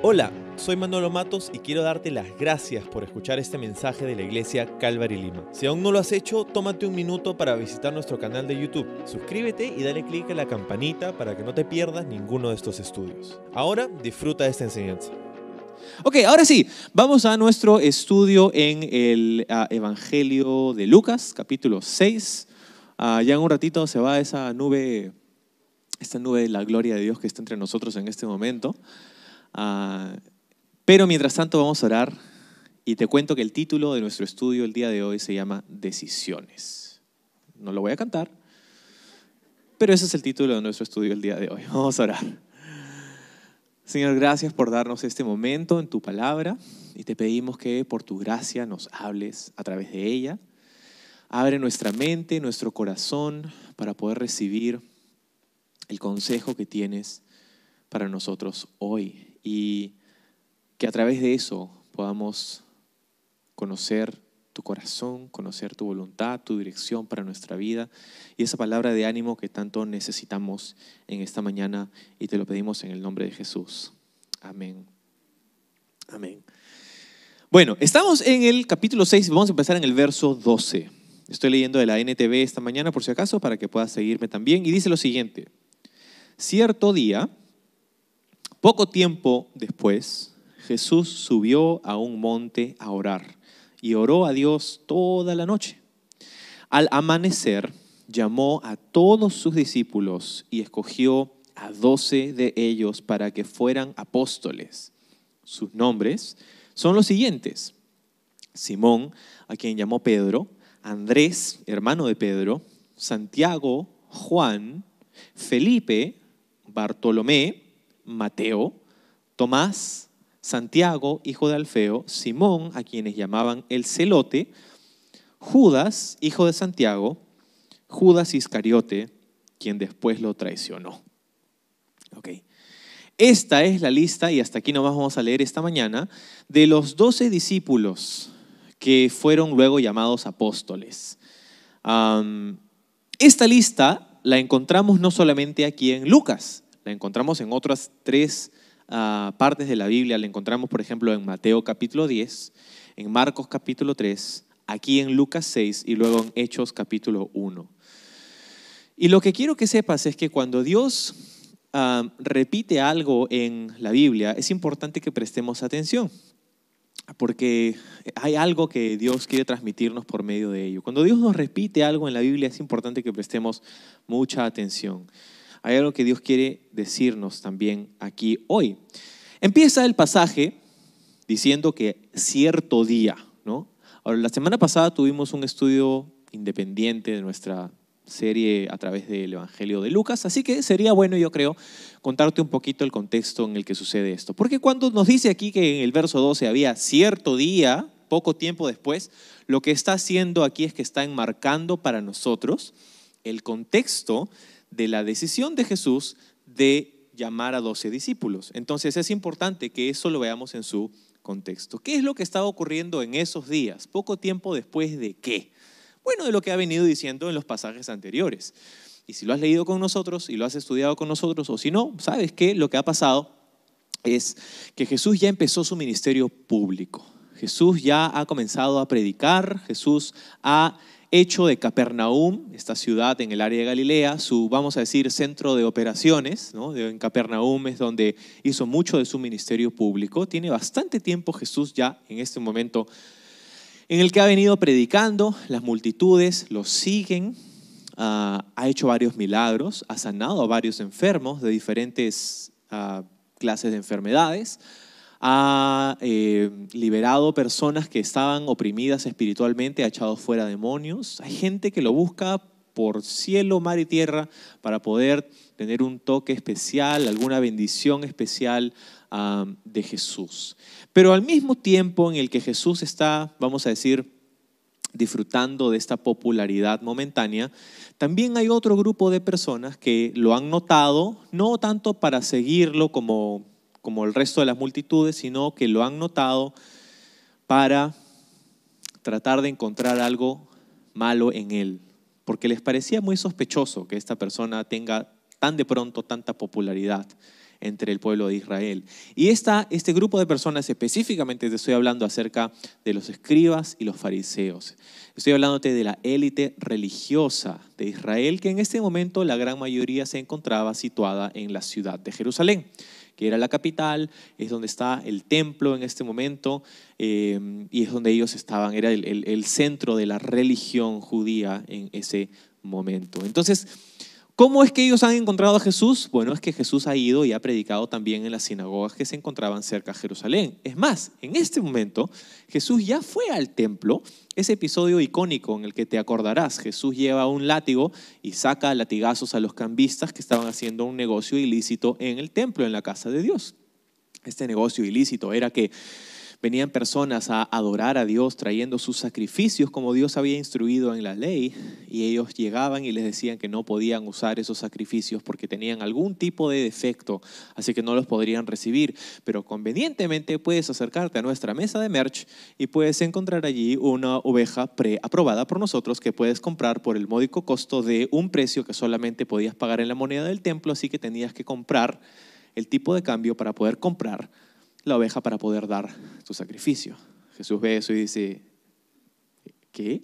Hola, soy Manolo Matos y quiero darte las gracias por escuchar este mensaje de la iglesia Calvary Lima. Si aún no lo has hecho, tómate un minuto para visitar nuestro canal de YouTube. Suscríbete y dale clic a la campanita para que no te pierdas ninguno de estos estudios. Ahora disfruta de esta enseñanza. Ok, ahora sí, vamos a nuestro estudio en el Evangelio de Lucas, capítulo 6. Ya en un ratito se va esta nube de la gloria de Dios que está entre nosotros en este momento. Pero mientras tanto vamos a orar y te cuento que el título de nuestro estudio el día de hoy se llama Decisiones. No lo voy a cantar, pero ese es el título de nuestro estudio el día de hoy. Vamos a orar. Señor, gracias por darnos este momento en tu palabra y te pedimos que por tu gracia nos hables a través de ella. Abre nuestra mente, nuestro corazón para poder recibir el consejo que tienes para nosotros hoy y que a través de eso podamos conocer tu corazón, conocer tu voluntad, tu dirección para nuestra vida y esa palabra de ánimo que tanto necesitamos en esta mañana y te lo pedimos en el nombre de Jesús. Amén. Amén. Bueno, estamos en el capítulo 6, vamos a empezar en el verso 12. Estoy leyendo de la NTV esta mañana por si acaso para que puedas seguirme también y dice lo siguiente: cierto día, poco tiempo después, Jesús subió a un monte a orar y oró a Dios toda la noche. Al amanecer, llamó a todos sus discípulos y escogió a 12 de ellos para que fueran apóstoles. Sus nombres son los siguientes: Simón, a quien llamó Pedro; Andrés, hermano de Pedro; Santiago; Juan; Felipe; Bartolomé; Mateo; Tomás; Santiago, hijo de Alfeo; Simón, a quienes llamaban el Celote; Judas, hijo de Santiago; Judas Iscariote, quien después lo traicionó. Okay. Esta es la lista, y hasta aquí nomás vamos a leer esta mañana, de los 12 discípulos que fueron luego llamados apóstoles. Esta lista la encontramos no solamente aquí en Lucas, la encontramos en otras 3 partes de la Biblia. La encontramos, por ejemplo, en Mateo capítulo 10, en Marcos capítulo 3, aquí en Lucas 6 y luego en Hechos capítulo 1. Y lo que quiero que sepas es que cuando Dios repite algo en la Biblia, es importante que prestemos atención, porque hay algo que Dios quiere transmitirnos por medio de ello. Cuando Dios nos repite algo en la Biblia, es importante que prestemos mucha atención. Hay algo que Dios quiere decirnos también aquí hoy. Empieza el pasaje diciendo que cierto día, ¿no? Ahora, la semana pasada tuvimos un estudio independiente de nuestra serie a través del Evangelio de Lucas, así que sería bueno, yo creo, contarte un poquito el contexto en el que sucede esto. Porque cuando nos dice aquí que en el verso 12 había cierto día, poco tiempo después, lo que está haciendo aquí es que está enmarcando para nosotros el contexto de la decisión de Jesús de llamar a 12 discípulos. Entonces es importante que eso lo veamos en su contexto. ¿Qué es lo que estaba ocurriendo en esos días? Poco tiempo después de ¿qué? Bueno, de lo que ha venido diciendo en los pasajes anteriores. Y si lo has leído con nosotros y lo has estudiado con nosotros, o si no, sabes que lo que ha pasado es que Jesús ya empezó su ministerio público. Jesús ya ha comenzado a predicar. Jesús ha hecho de Capernaum, esta ciudad en el área de Galilea, su, vamos a decir, centro de operaciones, ¿no? En Capernaum es donde hizo mucho de su ministerio público. Tiene bastante tiempo Jesús ya en este momento en el que ha venido predicando. Las multitudes lo siguen. Ha hecho varios milagros, ha sanado a varios enfermos de diferentes clases de enfermedades, ha liberado personas que estaban oprimidas espiritualmente, ha echado fuera demonios. Hay gente que lo busca por cielo, mar y tierra para poder tener un toque especial, alguna bendición especial de Jesús. Pero al mismo tiempo en el que Jesús está, vamos a decir, disfrutando de esta popularidad momentánea, también hay otro grupo de personas que lo han notado, no tanto para seguirlo como el resto de las multitudes, sino que lo han notado para tratar de encontrar algo malo en él, porque les parecía muy sospechoso que esta persona tenga tan de pronto tanta popularidad entre el pueblo de Israel. Y este grupo de personas, específicamente te estoy hablando acerca de los escribas y los fariseos. Estoy hablándote de la élite religiosa de Israel, que en este momento la gran mayoría se encontraba situada en la ciudad de Jerusalén, que era la capital, es donde está el templo en este momento, y es donde ellos estaban, era el centro de la religión judía en ese momento. Entonces, ¿cómo es que ellos han encontrado a Jesús? Bueno, es que Jesús ha ido y ha predicado también en las sinagogas que se encontraban cerca de Jerusalén. Es más, en este momento Jesús ya fue al templo, ese episodio icónico en el que te acordarás. Jesús lleva un látigo y saca latigazos a los cambistas que estaban haciendo un negocio ilícito en el templo, en la casa de Dios. Este negocio ilícito era que venían personas a adorar a Dios trayendo sus sacrificios como Dios había instruido en la ley, y ellos llegaban y les decían que no podían usar esos sacrificios porque tenían algún tipo de defecto, así que no los podrían recibir. Pero convenientemente puedes acercarte a nuestra mesa de merch y puedes encontrar allí una oveja preaprobada por nosotros que puedes comprar por el módico costo de un precio que solamente podías pagar en la moneda del templo, así que tenías que comprar el tipo de cambio para poder comprar la oveja para poder dar tu sacrificio. Jesús ve eso y dice, ¿qué?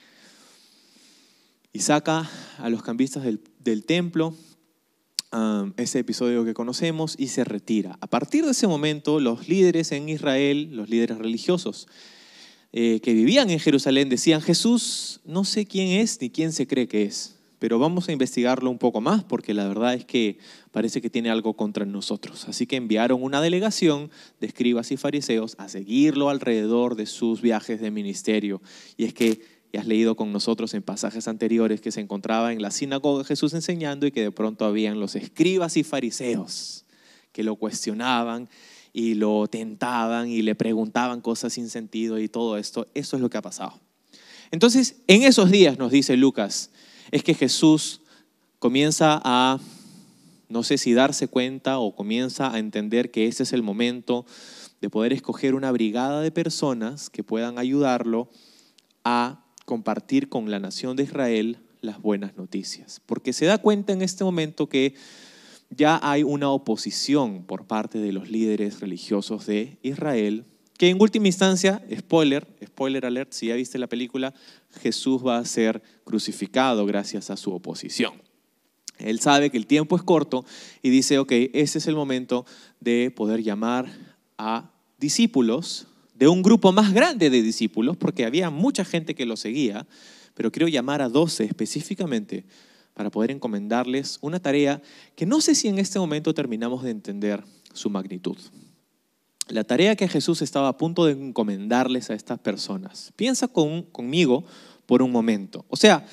Y saca a los cambistas del templo, ese episodio que conocemos, y se retira. A partir de ese momento, los líderes en Israel, los líderes religiosos que vivían en Jerusalén, decían, Jesús no sé quién es ni quién se cree que es, pero vamos a investigarlo un poco más porque la verdad es que parece que tiene algo contra nosotros. Así que enviaron una delegación de escribas y fariseos a seguirlo alrededor de sus viajes de ministerio. Y es que ya has leído con nosotros en pasajes anteriores que se encontraba en la sinagoga Jesús enseñando y que de pronto habían los escribas y fariseos que lo cuestionaban y lo tentaban y le preguntaban cosas sin sentido y todo esto. Eso es lo que ha pasado. Entonces, en esos días, nos dice Lucas, es que Jesús comienza a, no sé si darse cuenta o comienza a entender que ese es el momento de poder escoger una brigada de personas que puedan ayudarlo a compartir con la nación de Israel las buenas noticias. Porque se da cuenta en este momento que ya hay una oposición por parte de los líderes religiosos de Israel, que en última instancia, spoiler alert, si ya viste la película, Jesús va a ser crucificado gracias a su oposición. Él sabe que el tiempo es corto y dice, ok, ese es el momento de poder llamar a discípulos, de un grupo más grande de discípulos, porque había mucha gente que lo seguía, pero quiero llamar a 12 específicamente para poder encomendarles una tarea que no sé si en este momento terminamos de entender su magnitud. La tarea que Jesús estaba a punto de encomendarles a estas personas. Piensa conmigo por un momento. O sea,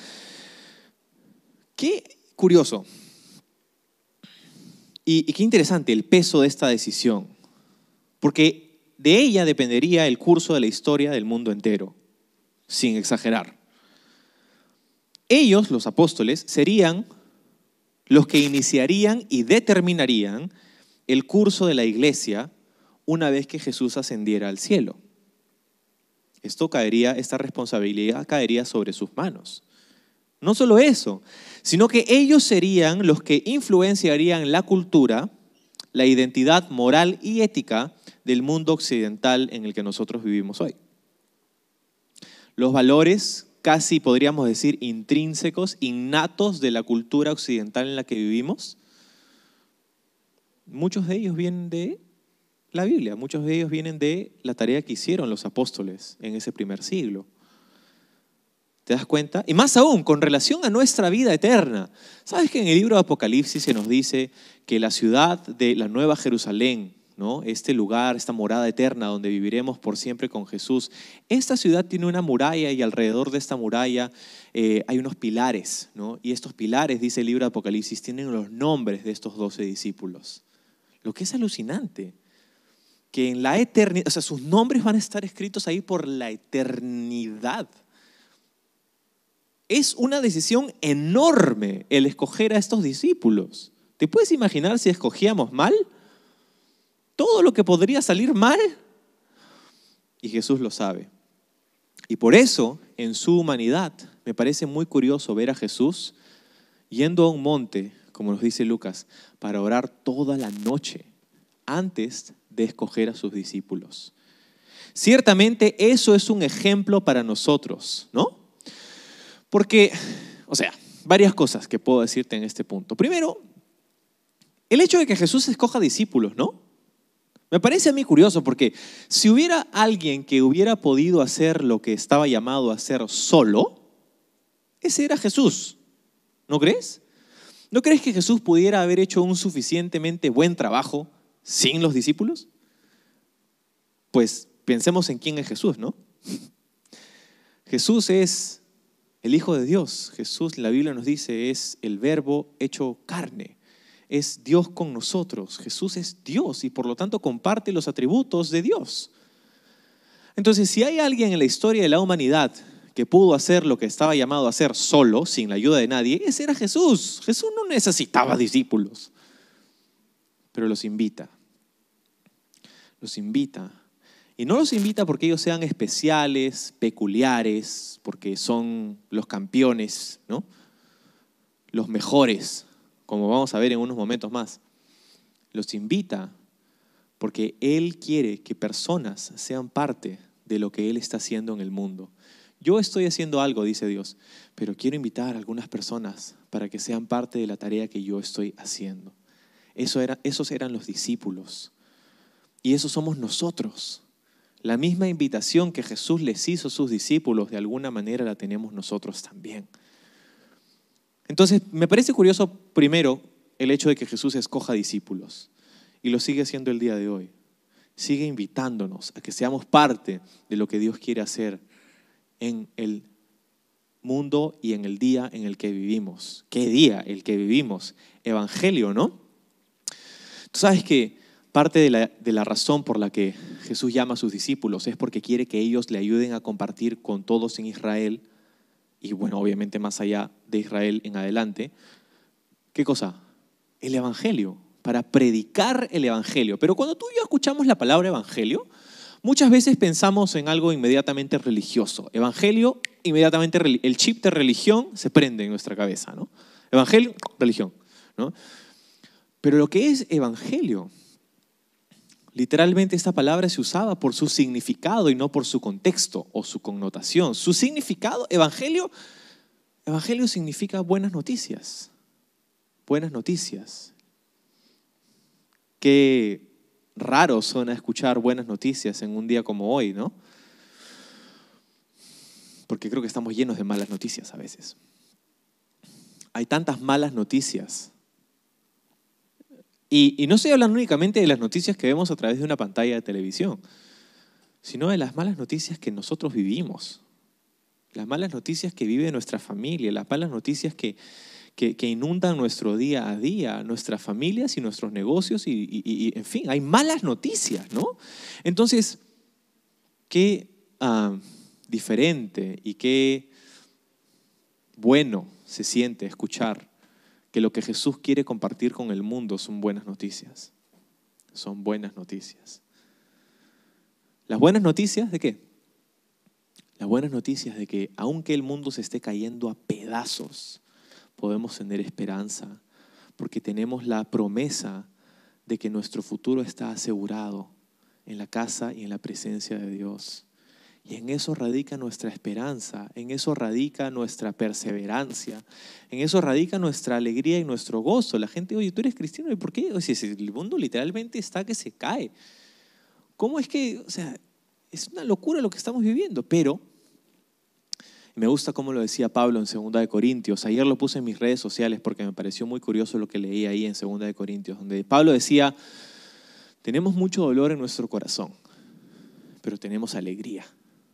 qué curioso y qué interesante el peso de esta decisión, porque de ella dependería el curso de la historia del mundo entero, sin exagerar. Ellos, los apóstoles, serían los que iniciarían y determinarían el curso de la iglesia una vez que Jesús ascendiera al cielo. Esta responsabilidad caería sobre sus manos. No solo eso, sino que ellos serían los que influenciarían la cultura, la identidad moral y ética del mundo occidental en el que nosotros vivimos hoy. Los valores, casi podríamos decir intrínsecos, innatos de la cultura occidental en la que vivimos, muchos de ellos vienen de la Biblia, muchos de ellos vienen de la tarea que hicieron los apóstoles en ese primer siglo. ¿Te das cuenta? Y más aún, con relación a nuestra vida eterna. ¿Sabes que en el libro de Apocalipsis se nos dice que la ciudad de la Nueva Jerusalén, ¿no? Este lugar, esta morada eterna donde viviremos por siempre con Jesús, esta ciudad tiene una muralla y alrededor de esta muralla hay unos pilares, ¿no? Y estos pilares, dice el libro de Apocalipsis, tienen los nombres de estos 12 discípulos. Lo que es alucinante, que en la eternidad, o sea, sus nombres van a estar escritos ahí por la eternidad. Es una decisión enorme el escoger a estos discípulos. ¿Te puedes imaginar si escogíamos mal? Todo lo que podría salir mal. Y Jesús lo sabe. Y por eso, en su humanidad, me parece muy curioso ver a Jesús yendo a un monte como nos dice Lucas, para orar toda la noche antes de escoger a sus discípulos. Ciertamente eso es un ejemplo para nosotros, ¿no? Porque, varias cosas que puedo decirte en este punto. Primero, el hecho de que Jesús escoja discípulos, ¿no? Me parece a mí curioso porque si hubiera alguien que hubiera podido hacer lo que estaba llamado a hacer solo, ese era Jesús, ¿no crees? ¿No crees que Jesús pudiera haber hecho un suficientemente buen trabajo sin los discípulos? Pues pensemos en quién es Jesús, ¿no? Jesús es el Hijo de Dios. Jesús, la Biblia nos dice, es el Verbo hecho carne. Es Dios con nosotros. Jesús es Dios y por lo tanto comparte los atributos de Dios. Entonces, si hay alguien en la historia de la humanidad que pudo hacer lo que estaba llamado a hacer solo, sin la ayuda de nadie, ese era Jesús. Jesús no necesitaba discípulos, pero los invita. Los invita. Y no los invita porque ellos sean especiales, peculiares, porque son los campeones, ¿no? Los mejores, como vamos a ver en unos momentos más. Los invita porque Él quiere que personas sean parte de lo que Él está haciendo en el mundo. Yo estoy haciendo algo, dice Dios, pero quiero invitar a algunas personas para que sean parte de la tarea que yo estoy haciendo. Esos eran los discípulos. Y esos somos nosotros. La misma invitación que Jesús les hizo a sus discípulos, de alguna manera la tenemos nosotros también. Entonces, me parece curioso, primero, el hecho de que Jesús escoja discípulos. Y lo sigue haciendo el día de hoy. Sigue invitándonos a que seamos parte de lo que Dios quiere hacer en el mundo y en el día en el que vivimos. ¿Qué día el que vivimos? Evangelio, ¿no? Tú sabes que parte de la razón por la que Jesús llama a sus discípulos es porque quiere que ellos le ayuden a compartir con todos en Israel y bueno, obviamente más allá de Israel en adelante. ¿Qué cosa? El Evangelio, para predicar el Evangelio. Pero cuando tú y yo escuchamos la palabra Evangelio, muchas veces pensamos en algo inmediatamente religioso. Evangelio, inmediatamente el chip de religión se prende en nuestra cabeza, ¿no? Evangelio, religión, ¿no? Pero lo que es Evangelio, literalmente esta palabra se usaba por su significado y no por su contexto o su connotación. Su significado, evangelio significa buenas noticias. Buenas noticias. Qué raro suena escuchar buenas noticias en un día como hoy, ¿no? Porque creo que estamos llenos de malas noticias a veces. Hay tantas malas noticias. Y no estoy hablando únicamente de las noticias que vemos a través de una pantalla de televisión, sino de las malas noticias que nosotros vivimos, las malas noticias que vive nuestra familia, las malas noticias que inundan nuestro día a día, nuestras familias y nuestros negocios y en fin, hay malas noticias, ¿no? Entonces, qué diferente y qué bueno se siente escuchar que lo que Jesús quiere compartir con el mundo son buenas noticias. Son buenas noticias. ¿Las buenas noticias de qué? Las buenas noticias de que aunque el mundo se esté cayendo a pedazos, podemos tener esperanza porque tenemos la promesa de que nuestro futuro está asegurado en la casa y en la presencia de Dios. Y en eso radica nuestra esperanza, en eso radica nuestra perseverancia, en eso radica nuestra alegría y nuestro gozo. La gente, oye, tú eres cristiano, ¿y por qué? Oye, si el mundo literalmente está que se cae. ¿Cómo es que, es una locura lo que estamos viviendo? Pero me gusta cómo lo decía Pablo en 2 Corintios. Ayer lo puse en mis redes sociales porque me pareció muy curioso lo que leí ahí en 2 Corintios, donde Pablo decía, tenemos mucho dolor en nuestro corazón, pero tenemos alegría.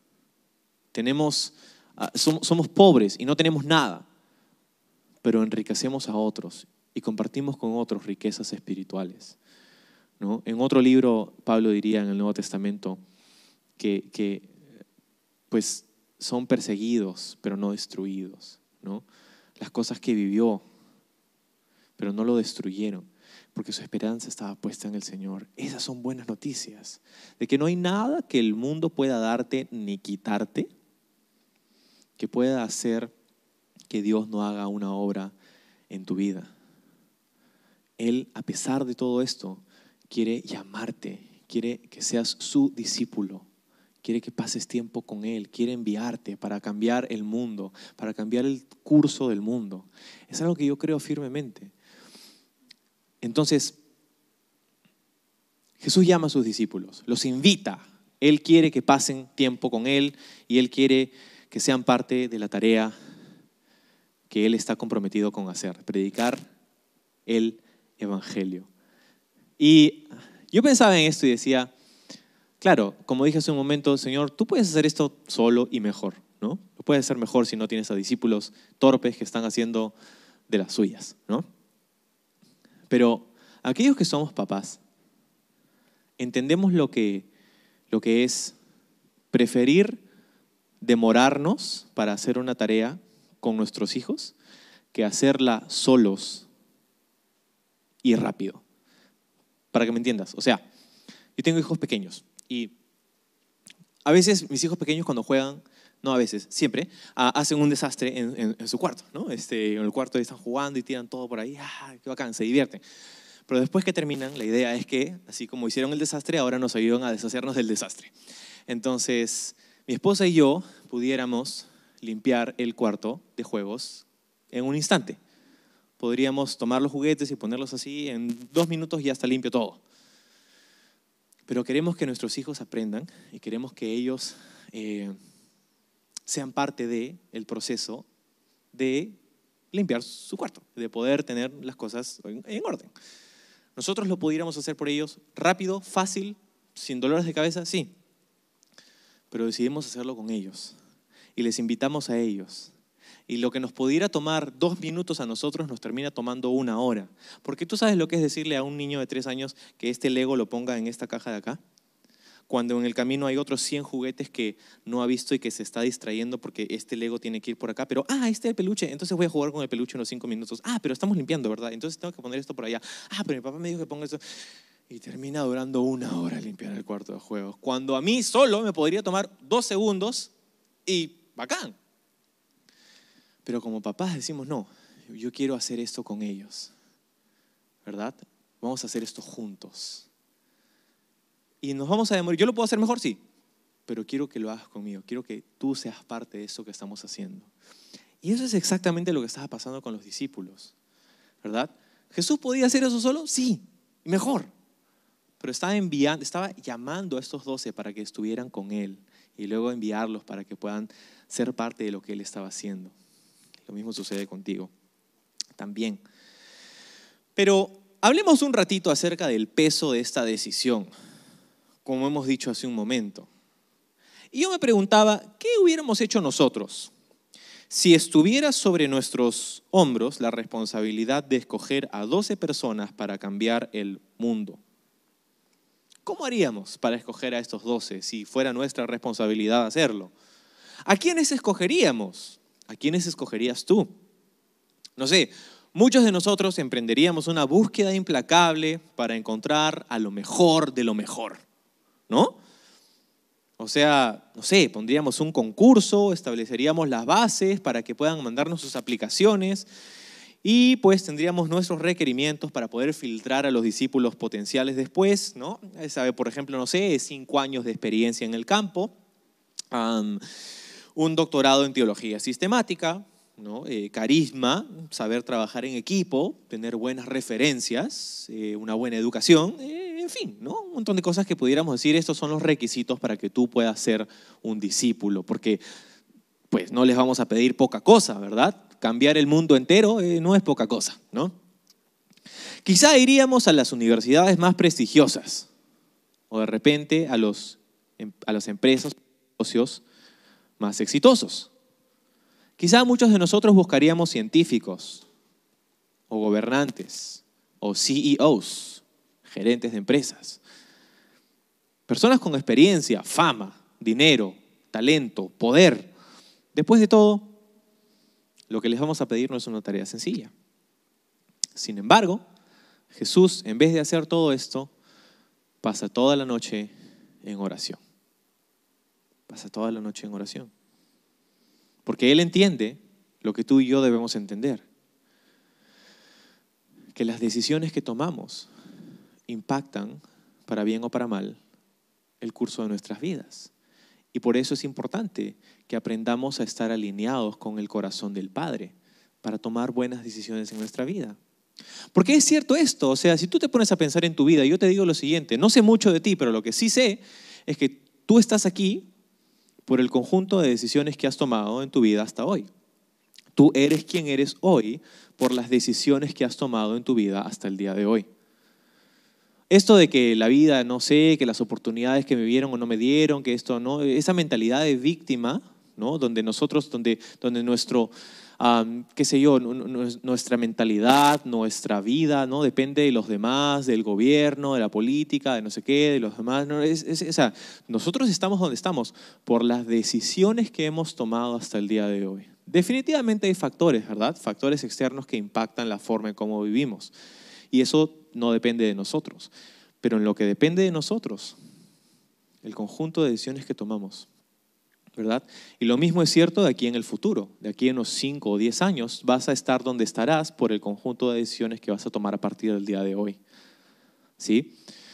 Somos pobres y no tenemos nada, pero enriquecemos a otros y compartimos con otros riquezas espirituales, ¿no? En otro libro, Pablo diría en el Nuevo Testamento que pues son perseguidos, pero no destruidos, ¿no? Las cosas que vivió, pero no lo destruyeron, porque su esperanza estaba puesta en el Señor. Esas son buenas noticias, de que no hay nada que el mundo pueda darte ni quitarte que pueda hacer que Dios no haga una obra en tu vida. Él, a pesar de todo esto, quiere llamarte, quiere que seas su discípulo, quiere que pases tiempo con Él, quiere enviarte para cambiar el mundo, para cambiar el curso del mundo. Es algo que yo creo firmemente. Entonces, Jesús llama a sus discípulos, los invita. Él quiere que pasen tiempo con Él y Él quiere que sean parte de la tarea que Él está comprometido con hacer, predicar el Evangelio. Y yo pensaba en esto y decía, claro, como dije hace un momento, Señor, tú puedes hacer esto solo y mejor, ¿no? Lo puedes hacer mejor si no tienes a discípulos torpes que están haciendo de las suyas, ¿no? Pero aquellos que somos papás, entendemos lo que es preferir demorarnos para hacer una tarea con nuestros hijos que hacerla solos y rápido. Para que me entiendas. O sea, yo tengo hijos pequeños y a veces mis hijos pequeños cuando juegan, no a veces, siempre, hacen un desastre en su cuarto, ¿no? En el cuarto están jugando y tiran todo por ahí, qué bacán, se divierten. Pero después que terminan, la idea es que, así como hicieron el desastre, ahora nos ayudan a deshacernos del desastre. Entonces, mi esposa y yo pudiéramos limpiar el cuarto de juegos en un instante. Podríamos tomar los juguetes y ponerlos así, en 2 minutos ya está limpio todo. Pero queremos que nuestros hijos aprendan y queremos que ellos sean parte del proceso de limpiar su cuarto, de poder tener las cosas en orden. ¿Nosotros lo pudiéramos hacer por ellos rápido, fácil, sin dolores de cabeza? Sí. Pero decidimos hacerlo con ellos y les invitamos a ellos. Y lo que nos pudiera tomar 2 minutos a nosotros nos termina tomando 1 hora. Porque tú sabes lo que es decirle a un niño de 3 años que este Lego lo ponga en esta caja de acá, cuando en el camino hay otros 100 juguetes que no ha visto y que se está distrayendo porque este Lego tiene que ir por acá, pero este es el peluche, entonces voy a jugar con el peluche unos 5 minutos. Pero estamos limpiando, ¿verdad? Entonces tengo que poner esto por allá. Pero mi papá me dijo que ponga esto. Y termina durando 1 hora limpiar el cuarto de juegos, cuando a mí solo me podría tomar 2 segundos y bacán. Pero como papás decimos, no, yo quiero hacer esto con ellos, ¿verdad? Vamos a hacer esto juntos. Y nos vamos a demorar. Yo lo puedo hacer mejor, sí, pero quiero que lo hagas conmigo. Quiero que tú seas parte de eso que estamos haciendo. Y eso es exactamente lo que estaba pasando con los discípulos, ¿verdad? ¿Jesús podía hacer eso solo? Sí, mejor. Pero estaba llamando a estos 12 para que estuvieran con Él y luego enviarlos para que puedan ser parte de lo que Él estaba haciendo. Lo mismo sucede contigo también. Pero hablemos un ratito acerca del peso de esta decisión, como hemos dicho hace un momento. Y yo me preguntaba, ¿qué hubiéramos hecho nosotros si estuviera sobre nuestros hombros la responsabilidad de escoger a 12 personas para cambiar el mundo? ¿Cómo haríamos para escoger a estos 12 si fuera nuestra responsabilidad hacerlo? ¿A quiénes escogeríamos? ¿A quiénes escogerías tú? No sé, muchos de nosotros emprenderíamos una búsqueda implacable para encontrar a lo mejor de lo mejor, ¿no? O sea, no sé, pondríamos un concurso, estableceríamos las bases para que puedan mandarnos sus aplicaciones y pues tendríamos nuestros requerimientos para poder filtrar a los discípulos potenciales después, ¿no? Sabe, por ejemplo, no sé, 5 años de experiencia en el campo, un doctorado en teología sistemática, ¿no? Carisma, saber trabajar en equipo, tener buenas referencias, una buena educación, en fin, ¿no? Un montón de cosas que pudiéramos decir, estos son los requisitos para que tú puedas ser un discípulo, porque pues no les vamos a pedir poca cosa, ¿verdad? Cambiar el mundo entero no es poca cosa, ¿no? Quizá iríamos a las universidades más prestigiosas o de repente a las empresas, negocios más exitosos. Quizá muchos de nosotros buscaríamos científicos o gobernantes o CEOs, gerentes de empresas. Personas con experiencia, fama, dinero, talento, poder. Después de todo, lo que les vamos a pedir no es una tarea sencilla. Sin embargo, Jesús, en vez de hacer todo esto, pasa toda la noche en oración. Pasa toda la noche en oración. Porque Él entiende lo que tú y yo debemos entender. que las decisiones que tomamos impactan, para bien o para mal, el curso de nuestras vidas. Y por eso es importante que aprendamos a estar alineados con el corazón del Padre para tomar buenas decisiones en nuestra vida. Porque es cierto esto, o sea, si tú te pones a pensar en tu vida, yo te digo lo siguiente, no sé mucho de ti, pero lo que sí sé es que tú estás aquí por el conjunto de decisiones que has tomado en tu vida hasta hoy. Tú eres quien eres hoy por las decisiones que has tomado en tu vida hasta el día de hoy. Esto de que la vida, no sé, que las oportunidades que me dieron o no me dieron, que esto no, esa mentalidad de víctima, ¿no? Donde nosotros, donde nuestro, qué sé yo, nuestra mentalidad, nuestra vida, ¿no? Depende de los demás, del gobierno, de la política, de no sé qué, de los demás. No, o sea, nosotros estamos donde estamos por las decisiones que hemos tomado hasta el día de hoy. Definitivamente hay factores, ¿verdad? Factores externos que impactan la forma en cómo vivimos. Y eso no depende de nosotros. Pero en lo que depende de nosotros, el conjunto de decisiones que tomamos, ¿verdad? Y lo mismo es cierto de aquí en el futuro. De aquí en unos 5 o 10 años vas a estar donde estarás por el conjunto de decisiones que vas a tomar a partir del día de hoy. ¿Sí?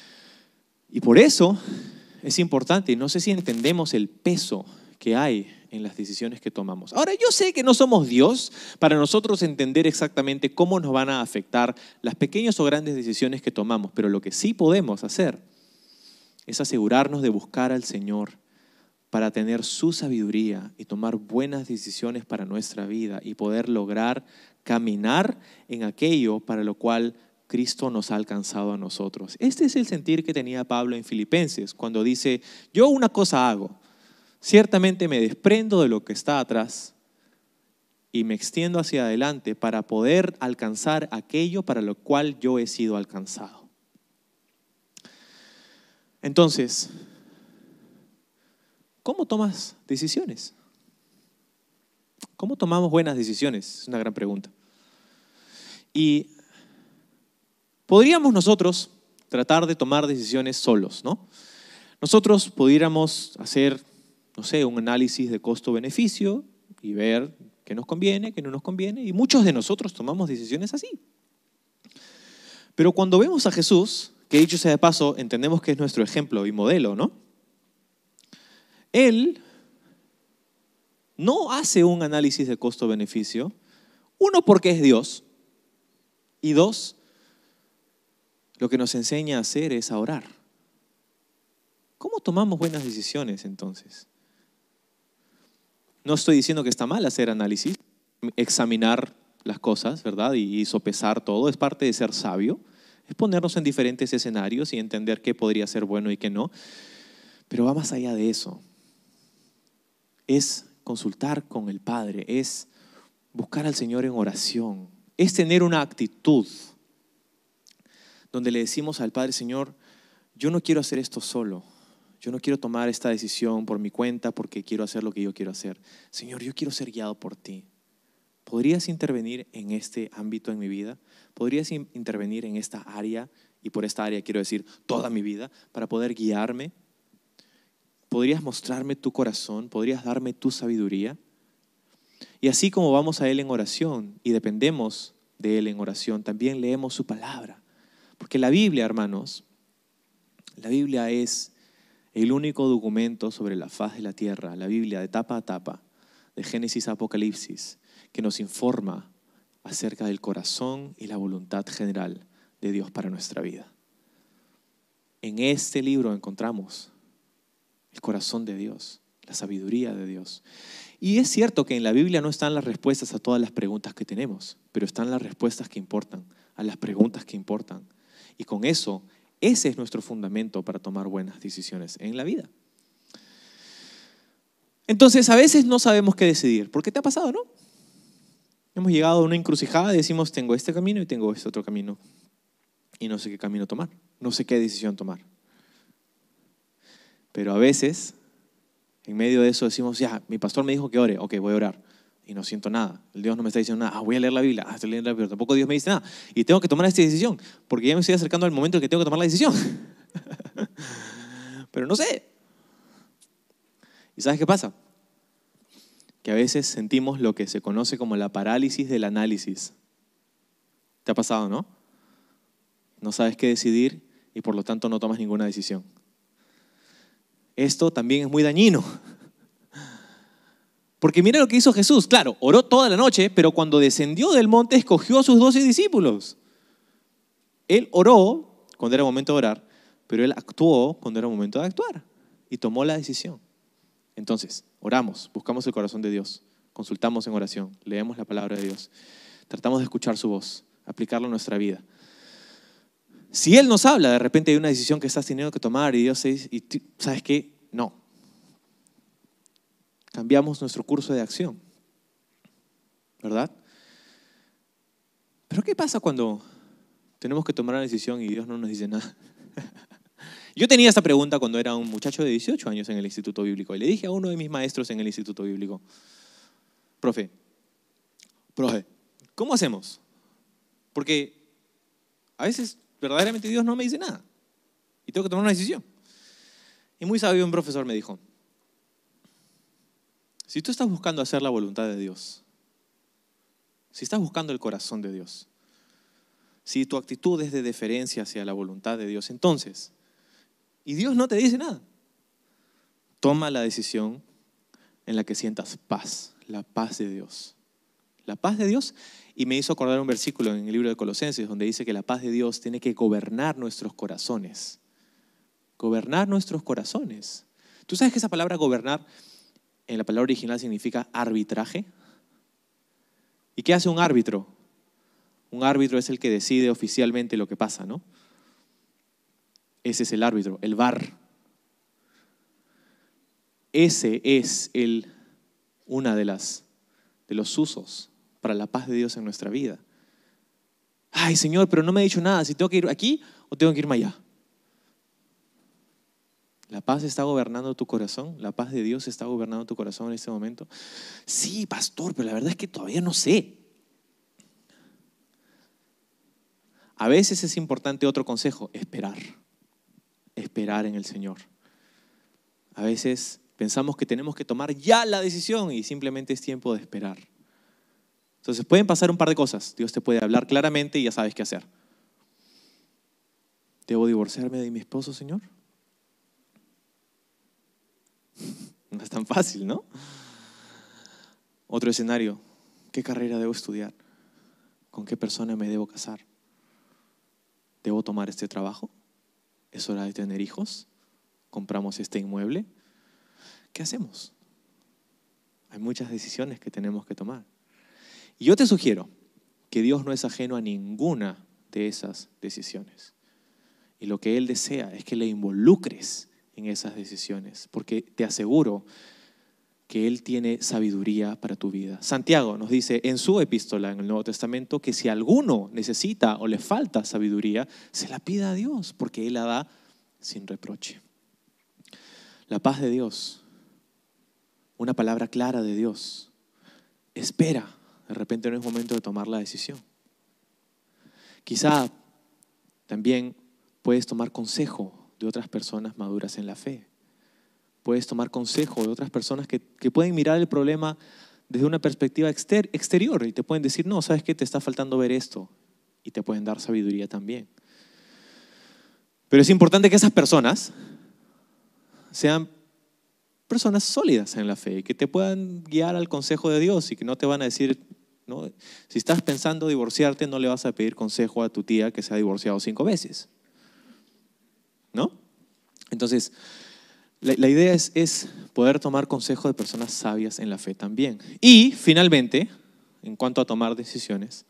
Y por eso es importante, y no sé si entendemos el peso que hay en las decisiones que tomamos. Ahora, yo sé que no somos Dios para nosotros entender exactamente cómo nos van a afectar las pequeñas o grandes decisiones que tomamos, pero lo que sí podemos hacer es asegurarnos de buscar al Señor para tener su sabiduría y tomar buenas decisiones para nuestra vida y poder lograr caminar en aquello para lo cual Cristo nos ha alcanzado a nosotros. Este es el sentir que tenía Pablo en Filipenses cuando dice, yo una cosa hago, ciertamente me desprendo de lo que está atrás y me extiendo hacia adelante para poder alcanzar aquello para lo cual yo he sido alcanzado. Entonces, ¿cómo tomas decisiones? ¿Cómo tomamos buenas decisiones? Es una gran pregunta. Y podríamos nosotros tratar de tomar decisiones solos, ¿no? Nosotros pudiéramos hacer, no sé, un análisis de costo-beneficio y ver qué nos conviene, qué no nos conviene. Y muchos de nosotros tomamos decisiones así. Pero cuando vemos a Jesús, que dicho sea de paso, entendemos que es nuestro ejemplo y modelo, ¿no? Él no hace un análisis de costo-beneficio. Uno, porque es Dios. Y dos, lo que nos enseña a hacer es a orar. ¿Cómo tomamos buenas decisiones entonces? No estoy diciendo que está mal hacer análisis, examinar las cosas, ¿verdad? Y sopesar todo, es parte de ser sabio, es ponernos en diferentes escenarios y entender qué podría ser bueno y qué no, pero va más allá de eso. Es consultar con el Padre, es buscar al Señor en oración, es tener una actitud donde le decimos al Padre, Señor, yo no quiero hacer esto solo. Yo no quiero tomar esta decisión por mi cuenta porque quiero hacer lo que yo quiero hacer. Señor, yo quiero ser guiado por ti. ¿Podrías intervenir en este ámbito en mi vida? ¿Podrías intervenir en esta área? Y por esta área quiero decir toda mi vida, para poder guiarme. ¿Podrías mostrarme tu corazón? ¿Podrías darme tu sabiduría? Y así como vamos a Él en oración y dependemos de Él en oración, también leemos su palabra. Porque la Biblia, hermanos, la Biblia es el único documento sobre la faz de la tierra, la Biblia de tapa a tapa, de Génesis a Apocalipsis, que nos informa acerca del corazón y la voluntad general de Dios para nuestra vida. En este libro encontramos el corazón de Dios, la sabiduría de Dios. Y es cierto que en la Biblia no están las respuestas a todas las preguntas que tenemos, pero están las respuestas que importan, a las preguntas que importan. Y con eso, ese es nuestro fundamento para tomar buenas decisiones en la vida. Entonces, a veces no sabemos qué decidir. ¿Por qué te ha pasado, no? Hemos llegado a una encrucijada y decimos, tengo este camino y tengo este otro camino. Y no sé qué camino tomar, no sé qué decisión tomar. Pero a veces, en medio de eso decimos, ya, mi pastor me dijo que ore, ok, voy a orar. Y no siento nada. El Dios no me está diciendo nada. Voy a leer la Biblia. Estoy leyendo la Biblia, pero tampoco Dios me dice nada. Y tengo que tomar esta decisión, porque ya me estoy acercando al momento en que tengo que tomar la decisión. Pero no sé. ¿Y sabes qué pasa? Que a veces sentimos lo que se conoce como la parálisis del análisis. ¿Te ha pasado, no? no sabes qué decidir y por lo tanto no tomas ninguna decisión. Esto también es muy dañino. Porque mira lo que hizo Jesús. Claro, oró toda la noche, pero cuando descendió del monte escogió a sus 12 discípulos. Él oró cuando era momento de orar, pero él actuó cuando era momento de actuar y tomó la decisión. Entonces, oramos, buscamos el corazón de Dios, consultamos en oración, leemos la palabra de Dios, tratamos de escuchar su voz, aplicarlo en nuestra vida. Si Él nos habla, de repente hay una decisión que estás teniendo que tomar y Dios te dice, ¿sabes qué? No. Cambiamos nuestro curso de acción, ¿verdad? Pero ¿qué pasa cuando tenemos que tomar una decisión y Dios no nos dice nada? Yo tenía esta pregunta cuando era un muchacho de 18 años en el Instituto Bíblico y le dije a uno de mis maestros en el Instituto Bíblico, profe, ¿cómo hacemos? Porque a veces verdaderamente Dios no me dice nada y tengo que tomar una decisión. Y muy sabio un profesor me dijo, si tú estás buscando hacer la voluntad de Dios, si estás buscando el corazón de Dios, si tu actitud es de deferencia hacia la voluntad de Dios, entonces, y Dios no te dice nada, toma la decisión en la que sientas paz, la paz de Dios. La paz de Dios, y me hizo acordar un versículo en el libro de Colosenses donde dice que la paz de Dios tiene que gobernar nuestros corazones. Gobernar nuestros corazones. ¿Tú sabes que esa palabra gobernar en la palabra original significa arbitraje? ¿Y qué hace un árbitro? Un árbitro es el que decide oficialmente lo que pasa, ¿no? Ese es el árbitro, el VAR. Ese es una de los usos para la paz de Dios en nuestra vida. Ay, Señor, pero no me ha dicho nada, si tengo que ir aquí o tengo que irme allá. ¿La paz está gobernando tu corazón? ¿La paz de Dios está gobernando tu corazón en este momento? Sí, pastor, pero la verdad es que todavía no sé. A veces es importante otro consejo, esperar. Esperar en el Señor. A veces pensamos que tenemos que tomar ya la decisión y simplemente es tiempo de esperar. Entonces pueden pasar un par de cosas. Dios te puede hablar claramente y ya sabes qué hacer. ¿Debo divorciarme de mi esposo, Señor? No es tan fácil, ¿no? Otro escenario, ¿qué carrera debo estudiar? ¿Con qué persona me debo casar? ¿Debo tomar este trabajo? ¿Es hora de tener hijos? ¿Compramos este inmueble? ¿Qué hacemos? Hay muchas decisiones que tenemos que tomar. Y yo te sugiero que Dios no es ajeno a ninguna de esas decisiones. Y lo que Él desea es que le involucres en esas decisiones, porque te aseguro que Él tiene sabiduría para tu vida. Santiago nos dice en su epístola en el Nuevo Testamento que si alguno necesita o le falta sabiduría, se la pida a Dios, porque Él la da sin reproche. La paz de Dios, una palabra clara de Dios. Espera, de repente no es momento de tomar la decisión. Quizá también puedes tomar consejo de otras personas maduras en la fe. Puedes tomar consejo de otras personas que pueden mirar el problema desde una perspectiva exterior y te pueden decir, no, ¿sabes qué? Te está faltando ver esto. Y te pueden dar sabiduría también. Pero es importante que esas personas sean personas sólidas en la fe y que te puedan guiar al consejo de Dios y que no te van a decir, ¿no? Si estás pensando divorciarte, no le vas a pedir consejo a tu tía que se ha divorciado 5 veces. ¿No? Entonces, la idea es poder tomar consejo de personas sabias en la fe también. Y finalmente, en cuanto a tomar decisiones,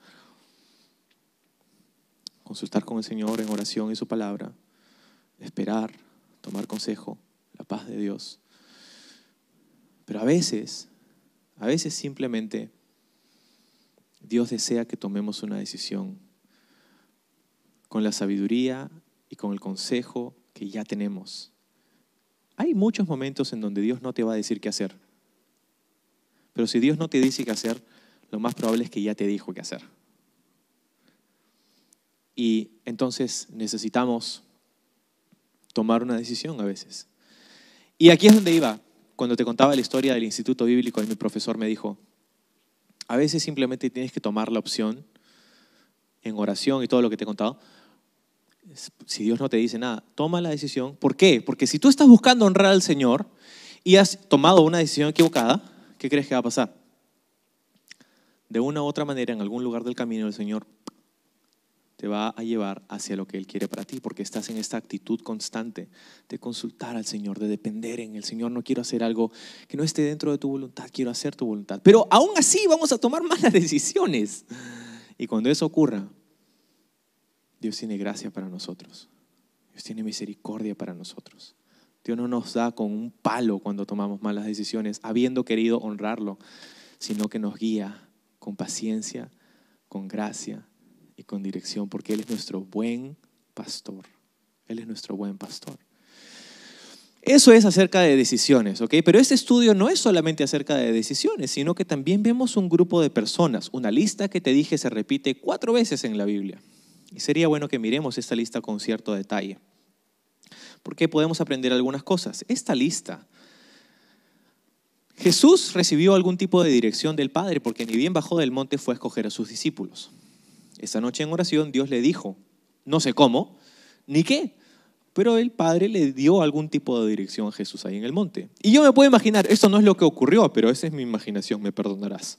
consultar con el Señor en oración y su palabra, esperar, tomar consejo, la paz de Dios. Pero a veces simplemente Dios desea que tomemos una decisión con la sabiduría y con el consejo que ya tenemos. Hay muchos momentos en donde Dios no te va a decir qué hacer. Pero si Dios no te dice qué hacer, lo más probable es que ya te dijo qué hacer. Y entonces necesitamos tomar una decisión a veces. Y aquí es donde iba. Cuando te contaba la historia del Instituto Bíblico, mi profesor me dijo, a veces simplemente tienes que tomar la opción en oración y todo lo que te he contado, Si Dios no te dice nada, toma la decisión. ¿Por qué? Porque si tú estás buscando honrar al Señor y has tomado una decisión equivocada, ¿qué crees que va a pasar? De una u otra manera, en algún lugar del camino, el Señor te va a llevar hacia lo que Él quiere para ti, porque estás en esta actitud constante de consultar al Señor, de depender en el Señor. No quiero hacer algo que no esté dentro de tu voluntad, quiero hacer tu voluntad. Pero aún así vamos a tomar malas decisiones. Y cuando eso ocurra, Dios tiene gracia para nosotros. Dios tiene misericordia para nosotros. Dios no nos da con un palo cuando tomamos malas decisiones, habiendo querido honrarlo, sino que nos guía con paciencia, con gracia y con dirección, porque Él es nuestro buen pastor. Él es nuestro buen pastor. Eso es acerca de decisiones, ¿ok? Pero este estudio no es solamente acerca de decisiones, sino que también vemos un grupo de personas, una lista que te dije se repite 4 veces en la Biblia. Y sería bueno que miremos esta lista con cierto detalle, porque podemos aprender algunas cosas. Esta lista, Jesús recibió algún tipo de dirección del Padre, porque ni bien bajó del monte fue a escoger a sus discípulos. Esa noche en oración Dios le dijo, no sé cómo, ni qué, pero el Padre le dio algún tipo de dirección a Jesús ahí en el monte. Y yo me puedo imaginar, esto no es lo que ocurrió, pero esa es mi imaginación, me perdonarás.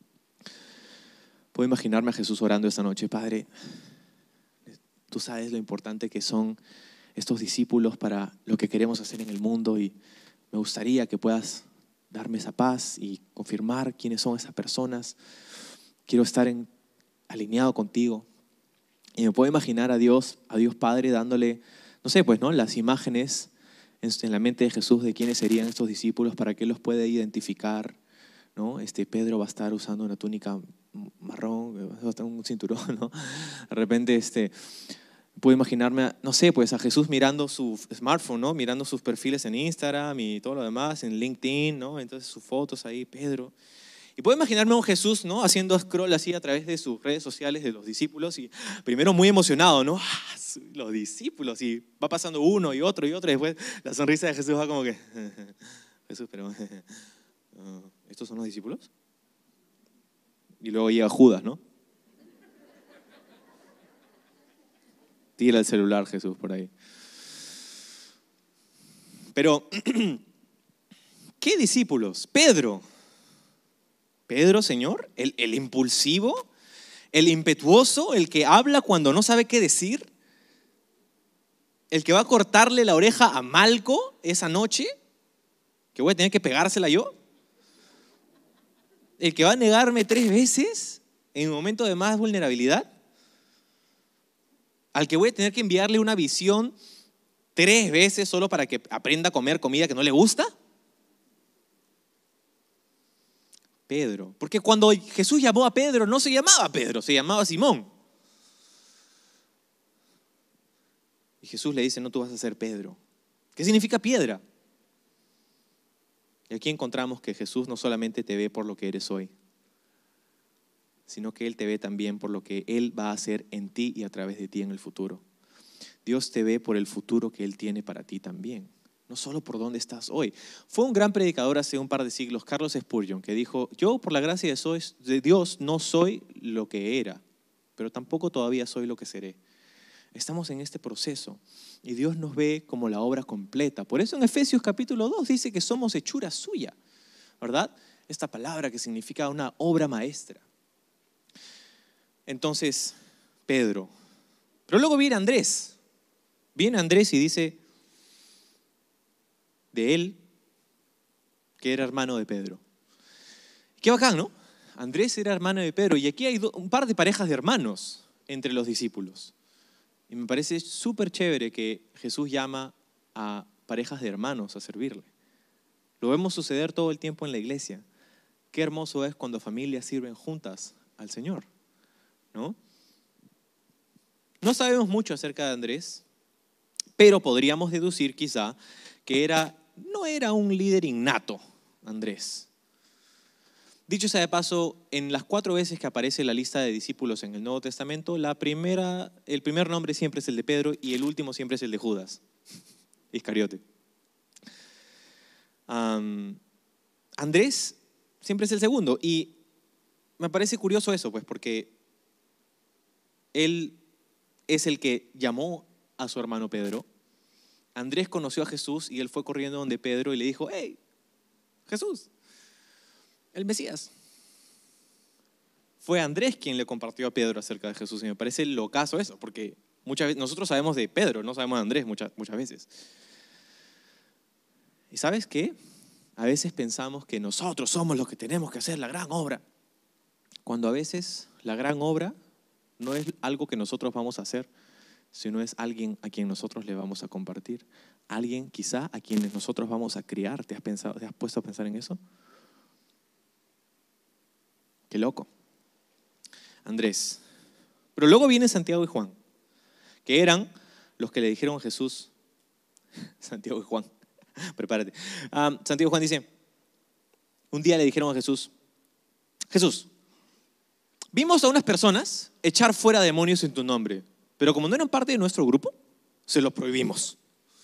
Puedo imaginarme a Jesús orando esta noche, Padre, tú sabes lo importante que son estos discípulos para lo que queremos hacer en el mundo y me gustaría que puedas darme esa paz y confirmar quiénes son esas personas. Quiero estar alineado contigo. Y me puedo imaginar a Dios Padre dándole, no sé, pues, ¿no? Las imágenes en la mente de Jesús de quiénes serían estos discípulos para que Él los pueda identificar, ¿no? Pedro va a estar usando una túnica marrón, va a estar un cinturón, ¿no? De repente, puedo imaginarme, no sé, pues a Jesús mirando su smartphone, ¿no? Mirando sus perfiles en Instagram y todo lo demás, en LinkedIn, ¿no? Entonces sus fotos ahí, Pedro. Y puedo imaginarme a un Jesús, ¿no? Haciendo scroll así a través de sus redes sociales de los discípulos y primero muy emocionado, ¿no? Los discípulos y va pasando uno y otro y después la sonrisa de Jesús va como que, Jesús, pero ¿estos son los discípulos? Y luego llega Judas, ¿no? Tira el celular Jesús por ahí. Pero, ¿qué discípulos? Pedro, Señor, el impulsivo, el impetuoso, el que habla cuando no sabe qué decir, el que va a cortarle la oreja a Malco esa noche, que voy a tener que pegársela yo, el que va a negarme 3 veces en un momento de más vulnerabilidad, al que voy a tener que enviarle una visión 3 veces solo para que aprenda a comer comida que no le gusta. Pedro, porque cuando Jesús llamó a Pedro no se llamaba Pedro, se llamaba Simón. Y Jesús le dice, no, tú vas a ser Pedro. ¿Qué significa piedra? Y aquí encontramos que Jesús no solamente te ve por lo que eres hoy, sino que Él te ve también por lo que Él va a hacer en ti y a través de ti en el futuro. Dios te ve por el futuro que Él tiene para ti también, no solo por dónde estás hoy. Fue un gran predicador hace un par de siglos, Carlos Spurgeon, que dijo, yo por la gracia de Dios no soy lo que era, pero tampoco todavía soy lo que seré. Estamos en este proceso y Dios nos ve como la obra completa. Por eso en Efesios capítulo 2 dice que somos hechura suya, ¿verdad? Esta palabra que significa una obra maestra. Entonces, Pedro. Pero luego viene Andrés. Viene Andrés y dice de él que era hermano de Pedro. Qué bacán, ¿no? Andrés era hermano de Pedro. Y aquí hay un par de parejas de hermanos entre los discípulos. Y me parece súper chévere que Jesús llama a parejas de hermanos a servirle. Lo vemos suceder todo el tiempo en la iglesia. Qué hermoso es cuando familias sirven juntas al Señor, ¿no? No sabemos mucho acerca de Andrés, pero podríamos deducir quizá que no era un líder innato, Andrés. Dicho sea de paso, en las 4 veces que aparece la lista de discípulos en el Nuevo Testamento, el primer nombre siempre es el de Pedro y el último siempre es el de Judas, Iscariote. Andrés siempre es el segundo y me parece curioso eso, pues, porque él es el que llamó a su hermano Pedro. Andrés conoció a Jesús y él fue corriendo donde Pedro y le dijo: hey, Jesús, el Mesías. Fue Andrés quien le compartió a Pedro acerca de Jesús, y me parece locazo eso, porque muchas veces nosotros sabemos de Pedro, no sabemos de Andrés muchas veces. ¿Y sabes qué? A veces pensamos que nosotros somos los que tenemos que hacer la gran obra, cuando a veces la gran obra no es algo que nosotros vamos a hacer, sino es alguien a quien nosotros le vamos a compartir, alguien quizá a quienes nosotros vamos a criar. ¿Te has puesto a pensar en eso? Qué loco. Andrés. Pero luego vienen Santiago y Juan, que eran los que le dijeron a Jesús. Santiago y Juan, prepárate. Santiago y Juan dice: un día le dijeron a Jesús: Jesús, vimos a unas personas echar fuera demonios en tu nombre, pero como no eran parte de nuestro grupo, se los prohibimos.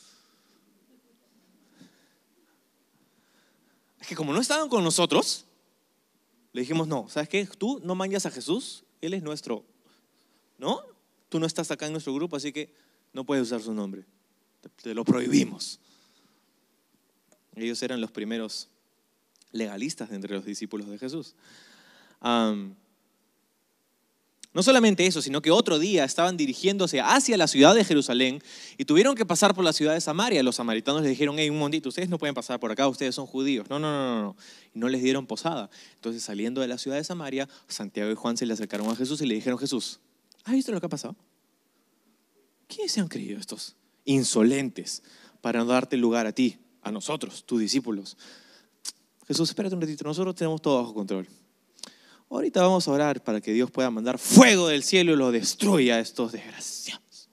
Es que como no estaban con nosotros, le dijimos: no, ¿sabes qué? Tú no mangas a Jesús, Él es nuestro, ¿no? Tú no estás acá en nuestro grupo, así que no puedes usar su nombre. Te lo prohibimos. Ellos eran los primeros legalistas de entre los discípulos de Jesús. No solamente eso, sino que otro día estaban dirigiéndose hacia la ciudad de Jerusalén y tuvieron que pasar por la ciudad de Samaria. Los samaritanos les dijeron: hey, un momentito, ustedes no pueden pasar por acá, ustedes son judíos. No. Y no les dieron posada. Entonces, saliendo de la ciudad de Samaria, Santiago y Juan se le acercaron a Jesús y le dijeron: Jesús, ¿has visto lo que ha pasado? ¿Quiénes se han creído estos insolentes para no darte lugar a ti, a nosotros, tus discípulos? Jesús, espérate un ratito, nosotros tenemos todo bajo control. Ahorita vamos a orar para que Dios pueda mandar fuego del cielo y lo destruya a estos desgraciados.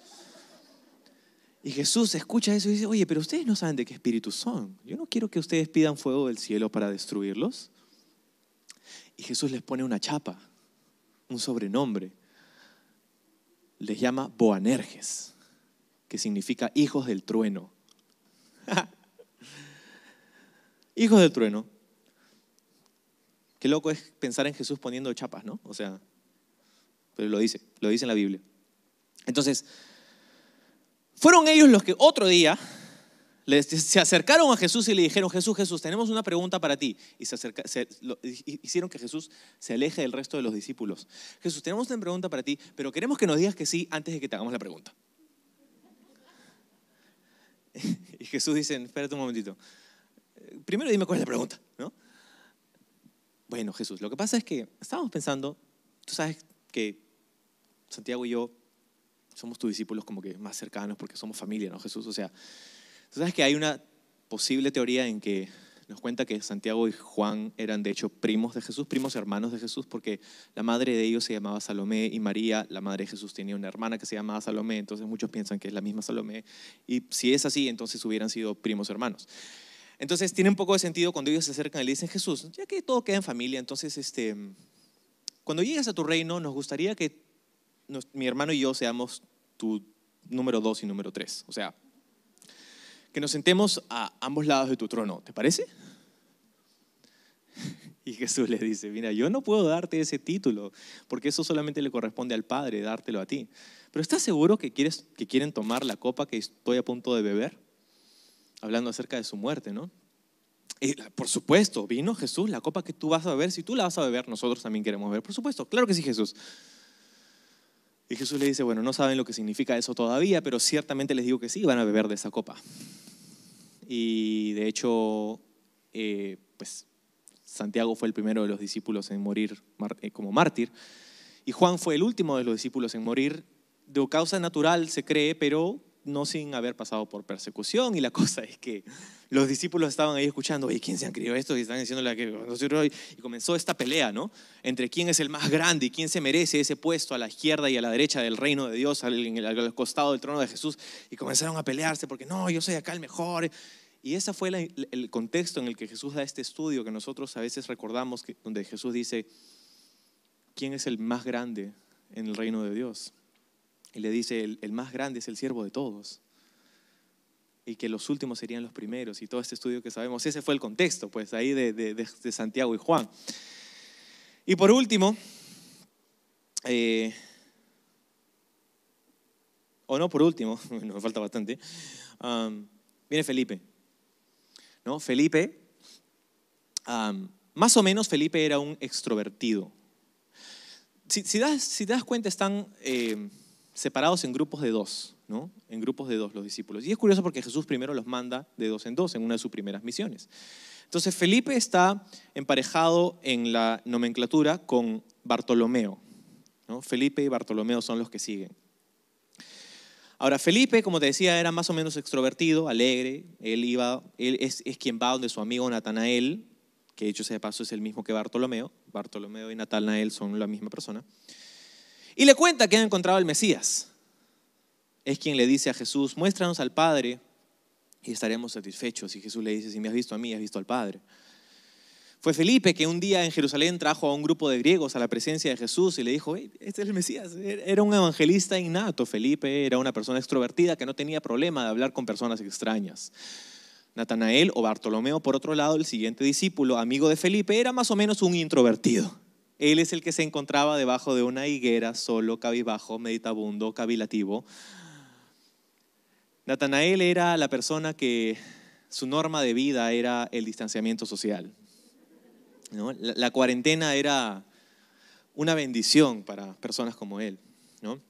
Y Jesús escucha eso y dice: oye, pero ustedes no saben de qué espíritus son. Yo no quiero que ustedes pidan fuego del cielo para destruirlos. Y Jesús les pone una chapa, un sobrenombre. Les llama Boanerges, que significa hijos del trueno. Hijos del trueno. Qué loco es pensar en Jesús poniendo chapas, ¿no? O sea, pero lo dice en la Biblia. Entonces, fueron ellos los que otro día se acercaron a Jesús y le dijeron: Jesús, tenemos una pregunta para ti. Y hicieron que Jesús se aleje del resto de los discípulos. Jesús, tenemos una pregunta para ti, pero queremos que nos digas que sí antes de que te hagamos la pregunta. Y Jesús dice: espérate un momentito. Primero dime cuál es la pregunta, ¿no? Bueno, Jesús, lo que pasa es que estábamos pensando, tú sabes que Santiago y yo somos tus discípulos como que más cercanos porque somos familia, ¿no, Jesús? O sea, tú sabes que hay una posible teoría en que nos cuenta que Santiago y Juan eran de hecho primos de Jesús, primos hermanos de Jesús, porque la madre de ellos se llamaba Salomé y María, la madre de Jesús, tenía una hermana que se llamaba Salomé, entonces muchos piensan que es la misma Salomé, y si es así, entonces hubieran sido primos hermanos. Entonces tiene un poco de sentido cuando ellos se acercan y le dicen: Jesús, ya que todo queda en familia, entonces cuando llegues a tu reino nos gustaría que mi hermano y yo seamos tu número 2 y número 3. O sea, que nos sentemos a ambos lados de tu trono, ¿te parece? Y Jesús le dice: mira, yo no puedo darte ese título porque eso solamente le corresponde al Padre, dártelo a ti. Pero ¿estás seguro que quieren tomar la copa que estoy a punto de beber? Hablando acerca de su muerte, ¿no? Y por supuesto, vino Jesús, la copa que tú vas a beber, si tú la vas a beber, nosotros también queremos beber. Por supuesto, claro que sí, Jesús. Y Jesús le dice: bueno, no saben lo que significa eso todavía, pero ciertamente les digo que sí, van a beber de esa copa. Y de hecho, pues Santiago fue el primero de los discípulos en morir como mártir, y Juan fue el último de los discípulos en morir de causa natural, se cree, pero no sin haber pasado por persecución. Y la cosa es que los discípulos estaban ahí escuchando: oye, ¿quién se han creído esto? Y están diciéndole que... Y comenzó esta pelea, ¿no? Entre quién es el más grande y quién se merece ese puesto a la izquierda y a la derecha del reino de Dios, al costado del trono de Jesús. Y comenzaron a pelearse porque no, yo soy acá el mejor. Y ese fue el contexto en el que Jesús da este estudio que nosotros a veces recordamos, donde Jesús dice: ¿quién es el más grande en el reino de Dios? Y le dice: el más grande es el siervo de todos, y que los últimos serían los primeros, y todo este estudio que sabemos. Ese fue el contexto, pues, ahí de Santiago y Juan. Y por último, o no por último, no me falta bastante, viene Felipe. ¿No? Felipe, más o menos Felipe era un extrovertido. Si te das cuenta, están separados en grupos de dos, ¿no? En grupos de dos los discípulos. Y es curioso porque Jesús primero los manda de dos en dos en una de sus primeras misiones. Entonces Felipe está emparejado en la nomenclatura con Bartolomeo, ¿no? Felipe y Bartolomeo son los que siguen. Ahora, Felipe, como te decía, era más o menos extrovertido, alegre. Él es quien va donde su amigo Natanael, que dicho sea de paso es el mismo que Bartolomeo. Bartolomeo y Natanael son la misma persona. Y le cuenta que ha encontrado al Mesías. Es quien le dice a Jesús, muéstranos al Padre y estaremos satisfechos. Y Jesús le dice, si me has visto a mí, has visto al Padre. Fue Felipe que un día en Jerusalén trajo a un grupo de griegos a la presencia de Jesús y le dijo, hey, este es el Mesías. Era un evangelista innato. Felipe era una persona extrovertida que no tenía problema de hablar con personas extrañas. Natanael o Bartolomeo, por otro lado, el siguiente discípulo, amigo de Felipe, era más o menos un introvertido. Él es el que se encontraba debajo de una higuera, solo, cabizbajo, meditabundo, cavilativo. Natanael era la persona que su norma de vida era el distanciamiento social, ¿no? La cuarentena era una bendición para personas como él, ¿no?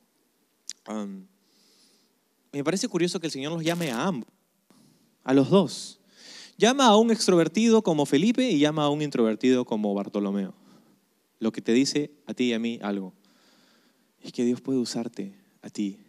Me parece curioso que el Señor los llame a ambos, a los dos. Llama a un extrovertido como Felipe y llama a un introvertido como Bartolomeo. Lo que te dice a ti y a mí algo es que Dios puede usarte a ti.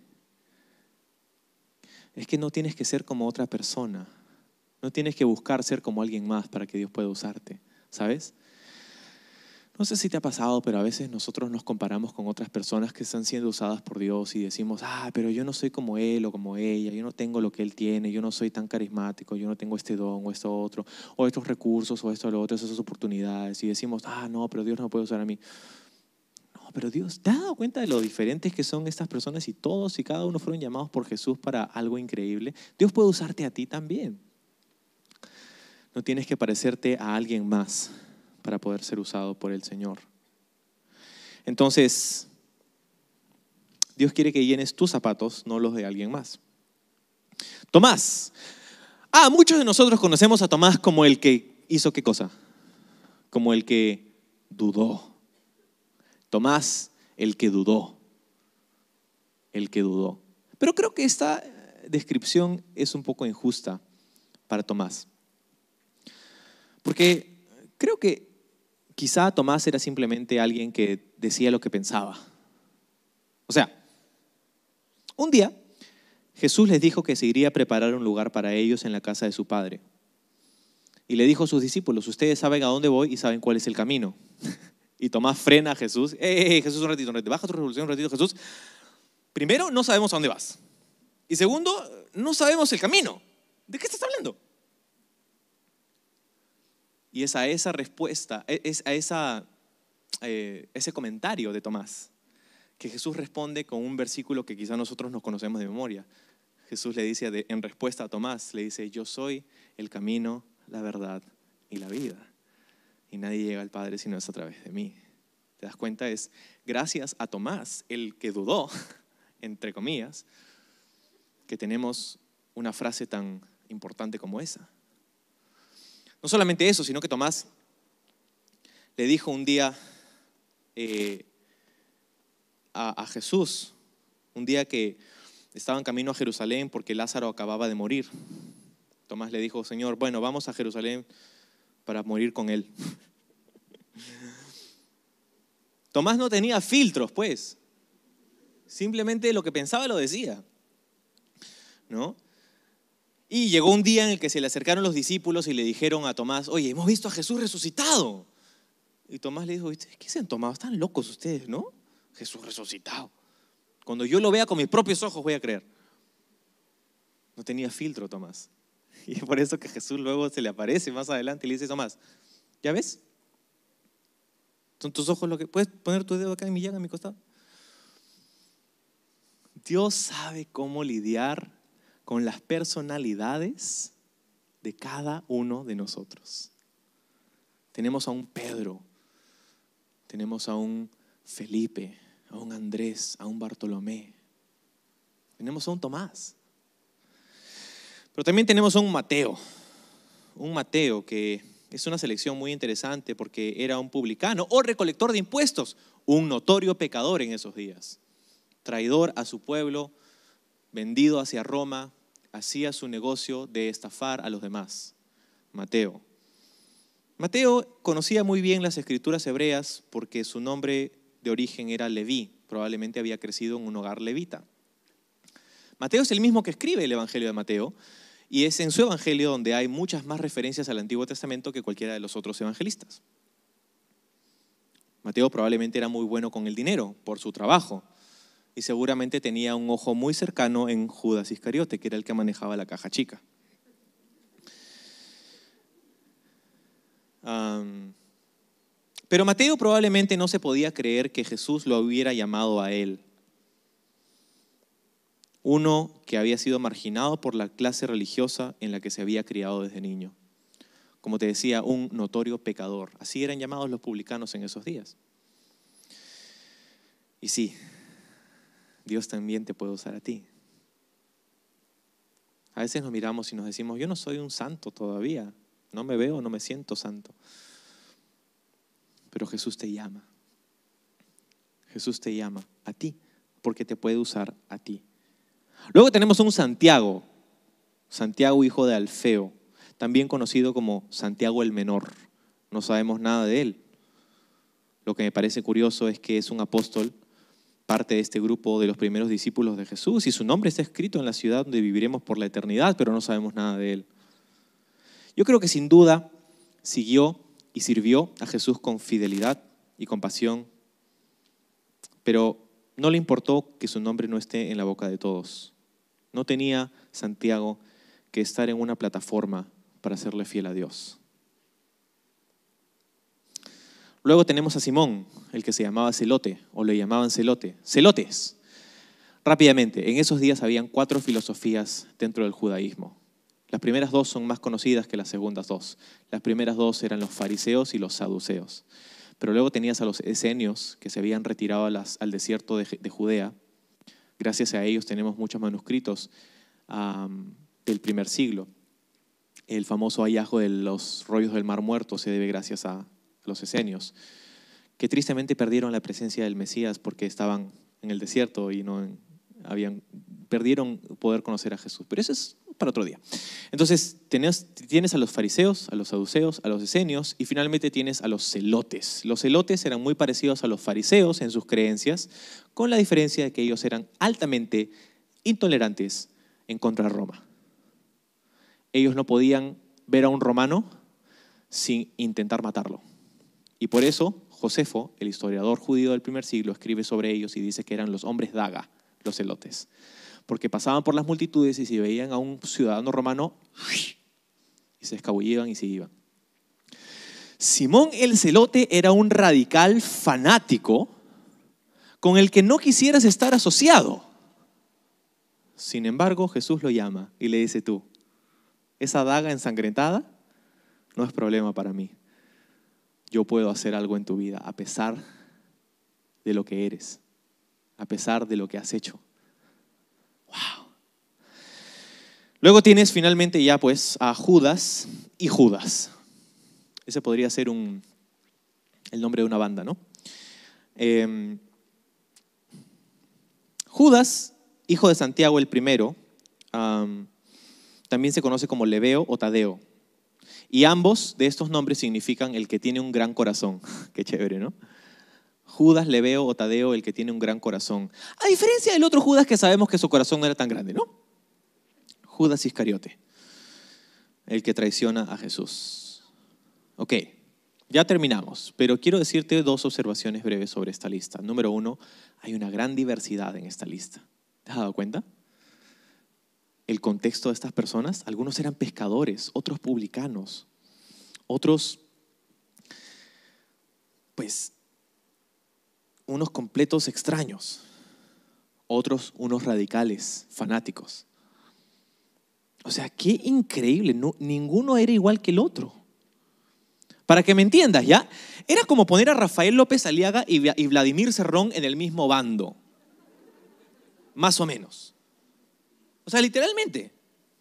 Es que no tienes que ser como otra persona. No tienes que buscar ser como alguien más para que Dios pueda usarte, ¿sabes? No sé si te ha pasado, pero a veces nosotros nos comparamos con otras personas que están siendo usadas por Dios y decimos, pero yo no soy como él o como ella, yo no tengo lo que él tiene, yo no soy tan carismático, yo no tengo este don o esto otro, o estos recursos o esto o lo otro, esas oportunidades. Y decimos, no, pero Dios no puede usar a mí. No, pero Dios, ¿te has dado cuenta de lo diferentes que son estas personas y todos y cada uno fueron llamados por Jesús para algo increíble? Dios puede usarte a ti también. No tienes que parecerte a alguien más para poder ser usado por el Señor. Entonces, Dios quiere que llenes tus zapatos, no los de alguien más. Tomás. Muchos de nosotros conocemos a Tomás como el que hizo ¿qué cosa? Como el que dudó. Tomás, el que dudó. El que dudó. Pero creo que esta descripción es un poco injusta para Tomás. Porque creo que quizá Tomás era simplemente alguien que decía lo que pensaba. O sea, un día Jesús les dijo que se iría a preparar un lugar para ellos en la casa de su padre. Y le dijo a sus discípulos, ustedes saben a dónde voy y saben cuál es el camino. Y Tomás frena a Jesús. Jesús, un ratito, baja tu revolución un ratito, Jesús. Primero, no sabemos a dónde vas. Y segundo, no sabemos el camino. ¿De qué estás hablando? Y es a esa respuesta, es a ese comentario de Tomás que Jesús responde con un versículo que quizá nosotros nos conocemos de memoria. Jesús le dice en respuesta a Tomás, le dice, yo soy el camino, la verdad y la vida. Y nadie llega al Padre si no es a través de mí. ¿Te das cuenta? Es gracias a Tomás, el que dudó, entre comillas, que tenemos una frase tan importante como esa. No solamente eso, sino que Tomás le dijo un día a Jesús, un día que estaba en camino a Jerusalén porque Lázaro acababa de morir. Tomás le dijo, Señor, bueno, vamos a Jerusalén para morir con él. Tomás no tenía filtros, pues. Simplemente lo que pensaba lo decía, ¿no? Y llegó un día en el que se le acercaron los discípulos y le dijeron a Tomás, oye, hemos visto a Jesús resucitado. Y Tomás le dijo, ¿qué se han tomado? Están locos ustedes, ¿no? Jesús resucitado. Cuando yo lo vea con mis propios ojos voy a creer. No tenía filtro Tomás. Y es por eso que Jesús luego se le aparece más adelante y le dice, Tomás, ¿ya ves? ¿Son tus ojos lo que... ¿Puedes poner tu dedo acá en mi llaga, en mi costado? Dios sabe cómo lidiar con las personalidades de cada uno de nosotros. Tenemos a un Pedro, tenemos a un Felipe, a un Andrés, a un Bartolomé. Tenemos a un Tomás. Pero también tenemos a un Mateo. Un Mateo que es una selección muy interesante porque era un publicano o recolector de impuestos, un notorio pecador en esos días. Traidor a su pueblo, vendido hacia Roma, hacía su negocio de estafar a los demás. Mateo. Mateo conocía muy bien las escrituras hebreas porque su nombre de origen era Leví, probablemente había crecido en un hogar levita. Mateo es el mismo que escribe el Evangelio de Mateo y es en su Evangelio donde hay muchas más referencias al Antiguo Testamento que cualquiera de los otros evangelistas. Mateo probablemente era muy bueno con el dinero por su trabajo y seguramente tenía un ojo muy cercano en Judas Iscariote, que era el que manejaba la caja chica. Pero Mateo probablemente no se podía creer que Jesús lo hubiera llamado a él. Uno que había sido marginado por la clase religiosa en la que se había criado desde niño. Como te decía, un notorio pecador. Así eran llamados los publicanos en esos días. Y sí, Dios también te puede usar a ti. A veces nos miramos y nos decimos, yo no soy un santo todavía. No me veo, no me siento santo. Pero Jesús te llama. Jesús te llama a ti, porque te puede usar a ti. Luego tenemos un Santiago, Santiago hijo de Alfeo, también conocido como Santiago el Menor. No sabemos nada de él. Lo que me parece curioso es que es un apóstol, parte de este grupo de los primeros discípulos de Jesús, y su nombre está escrito en la ciudad donde viviremos por la eternidad, pero no sabemos nada de él. Yo creo que sin duda siguió y sirvió a Jesús con fidelidad y compasión, pero no le importó que su nombre no esté en la boca de todos. No tenía Santiago que estar en una plataforma para serle fiel a Dios. Luego tenemos a Simón, el que se llamaba Celote, o le llamaban Celote. Celotes. Rápidamente, en esos días habían 4 filosofías dentro del judaísmo. Las primeras 2 son más conocidas que las segundas 2. Las primeras 2 eran los fariseos y los saduceos. Pero luego tenías a los esenios que se habían retirado al desierto de Judea. Gracias a ellos tenemos muchos manuscritos del primer siglo. El famoso hallazgo de los rollos del Mar Muerto se debe gracias a los esenios, que tristemente perdieron la presencia del Mesías porque estaban en el desierto y perdieron poder conocer a Jesús. Pero eso es para otro día. Entonces tienes a los fariseos, a los saduceos, a los esenios y finalmente tienes a los celotes. Los celotes eran muy parecidos a los fariseos en sus creencias, con la diferencia de que ellos eran altamente intolerantes en contra de Roma. Ellos no podían ver a un romano sin intentar matarlo. Y por eso Josefo, el historiador judío del primer siglo, escribe sobre ellos y dice que eran los hombres daga, los celotes. Porque pasaban por las multitudes y si veían a un ciudadano romano, y se escabullían y se iban. Simón el celote era un radical fanático con el que no quisieras estar asociado. Sin embargo, Jesús lo llama y le dice tú, esa daga ensangrentada no es problema para mí. Yo puedo hacer algo en tu vida a pesar de lo que eres, a pesar de lo que has hecho. Wow. Luego tienes finalmente ya pues a Judas y Judas. Ese podría ser el nombre de una banda, ¿no? Judas, hijo de Santiago el primero, también se conoce como Lebeo o Tadeo. Y ambos de estos nombres significan el que tiene un gran corazón. Qué chévere, ¿no? Judas, Lebeo o Tadeo, el que tiene un gran corazón. A diferencia del otro Judas que sabemos que su corazón no era tan grande, ¿no? Judas Iscariote, el que traiciona a Jesús. Ok, ya terminamos, pero quiero decirte 2 observaciones breves sobre esta lista. Número 1, hay una gran diversidad en esta lista. ¿Te has dado cuenta? El contexto de estas personas, algunos eran pescadores, otros publicanos, otros, pues, unos completos extraños, otros unos radicales, fanáticos. O sea, qué increíble, no, ninguno era igual que el otro. Para que me entiendas, ¿ya? Era como poner a Rafael López Aliaga y Vladimir Cerrón en el mismo bando. Más o menos. O sea, literalmente.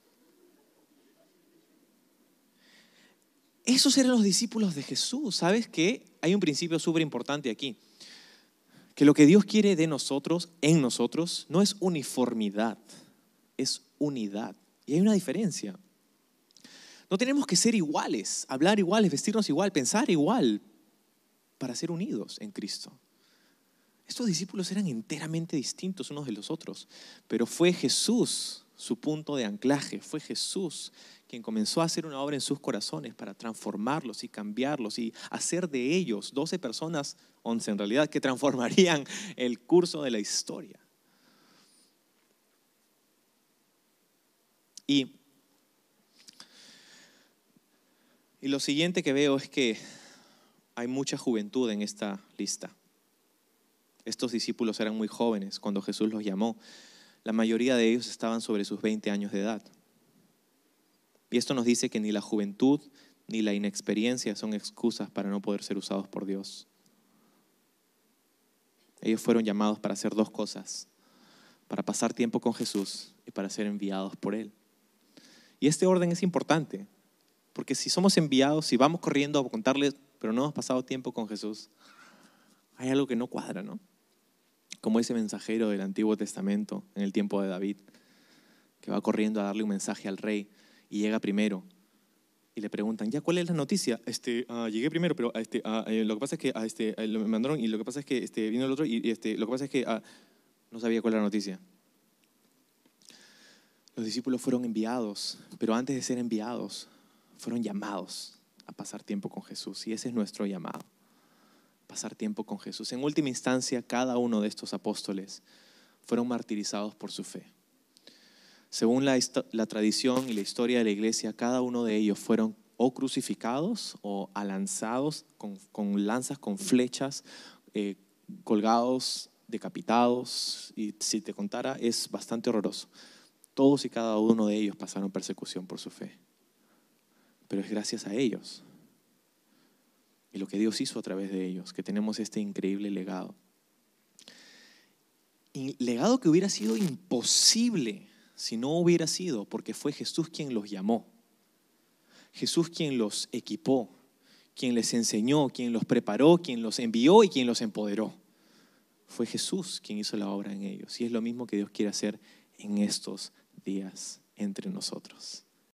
Esos eran los discípulos de Jesús. ¿Sabes qué? Hay un principio súper importante aquí. Que lo que Dios quiere de nosotros, en nosotros, no es uniformidad, es unidad. Y hay una diferencia. No tenemos que ser iguales, hablar iguales, vestirnos igual, pensar igual para ser unidos en Cristo. Estos discípulos eran enteramente distintos unos de los otros, pero fue Jesús su punto de anclaje, fue Jesús quien comenzó a hacer una obra en sus corazones para transformarlos y cambiarlos y hacer de ellos 12 personas, 11 en realidad, que transformarían el curso de la historia. Y lo siguiente que veo es que hay mucha juventud en esta lista. Estos discípulos eran muy jóvenes cuando Jesús los llamó. La mayoría de ellos estaban sobre sus 20 años de edad. Y esto nos dice que ni la juventud ni la inexperiencia son excusas para no poder ser usados por Dios. Ellos fueron llamados para hacer dos cosas: para pasar tiempo con Jesús y para ser enviados por Él. Y este orden es importante, porque si somos enviados, si vamos corriendo a contarles, pero no hemos pasado tiempo con Jesús, hay algo que no cuadra, ¿no? Como ese mensajero del Antiguo Testamento en el tiempo de David, que va corriendo a darle un mensaje al rey y llega primero. Y le preguntan, ¿ya cuál es la noticia? Llegué primero, pero lo que pasa es que me mandaron y lo que pasa es que vino el otro y lo que pasa es que no sabía cuál era la noticia. Los discípulos fueron enviados, pero antes de ser enviados, fueron llamados a pasar tiempo con Jesús. Y ese es nuestro llamado, pasar tiempo con Jesús. En última instancia, cada uno de estos apóstoles fueron martirizados por su fe. Según la tradición y la historia de la iglesia, cada uno de ellos fueron o crucificados o alanzados con lanzas, con flechas, colgados, decapitados. Y si te contara, es bastante horroroso. Todos y cada uno de ellos pasaron persecución por su fe. Pero es gracias a ellos y lo que Dios hizo a través de ellos que tenemos este increíble legado. Y legado que hubiera sido imposible si no hubiera sido porque fue Jesús quien los llamó, Jesús quien los equipó, quien les enseñó, quien los preparó, quien los envió y quien los empoderó. Fue Jesús quien hizo la obra en ellos. Y es lo mismo que Dios quiere hacer en estos días entre nosotros.